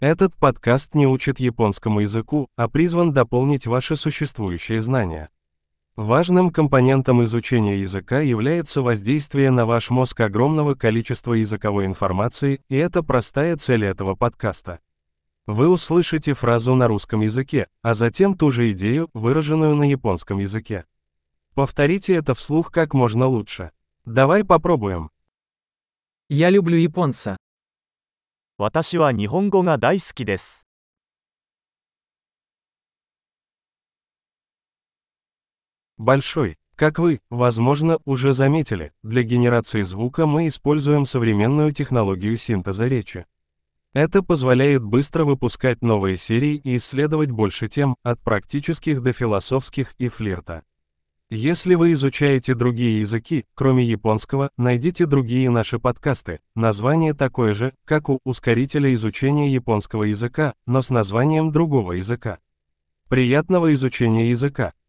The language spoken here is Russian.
Этот подкаст не учит японскому языку, а призван дополнить ваши существующие знания. Важным компонентом изучения языка является воздействие на ваш мозг огромного количества языковой информации, и это простая цель этого подкаста. Вы услышите фразу на русском языке, а затем ту же идею, выраженную на японском языке. Повторите это вслух как можно лучше. Давай попробуем. Я люблю японца. 私は日本語が大好きです。 Большой. Как вы, возможно, уже заметили, для генерации звука мы используем современную технологию синтеза речи. Это позволяет быстро выпускать новые серии и исследовать больше тем, от практических до философских и флирта. Если вы изучаете другие языки, кроме японского, найдите другие наши подкасты. Название такое же, как у ускорителя изучения японского языка, но с названием другого языка. Приятного изучения языка!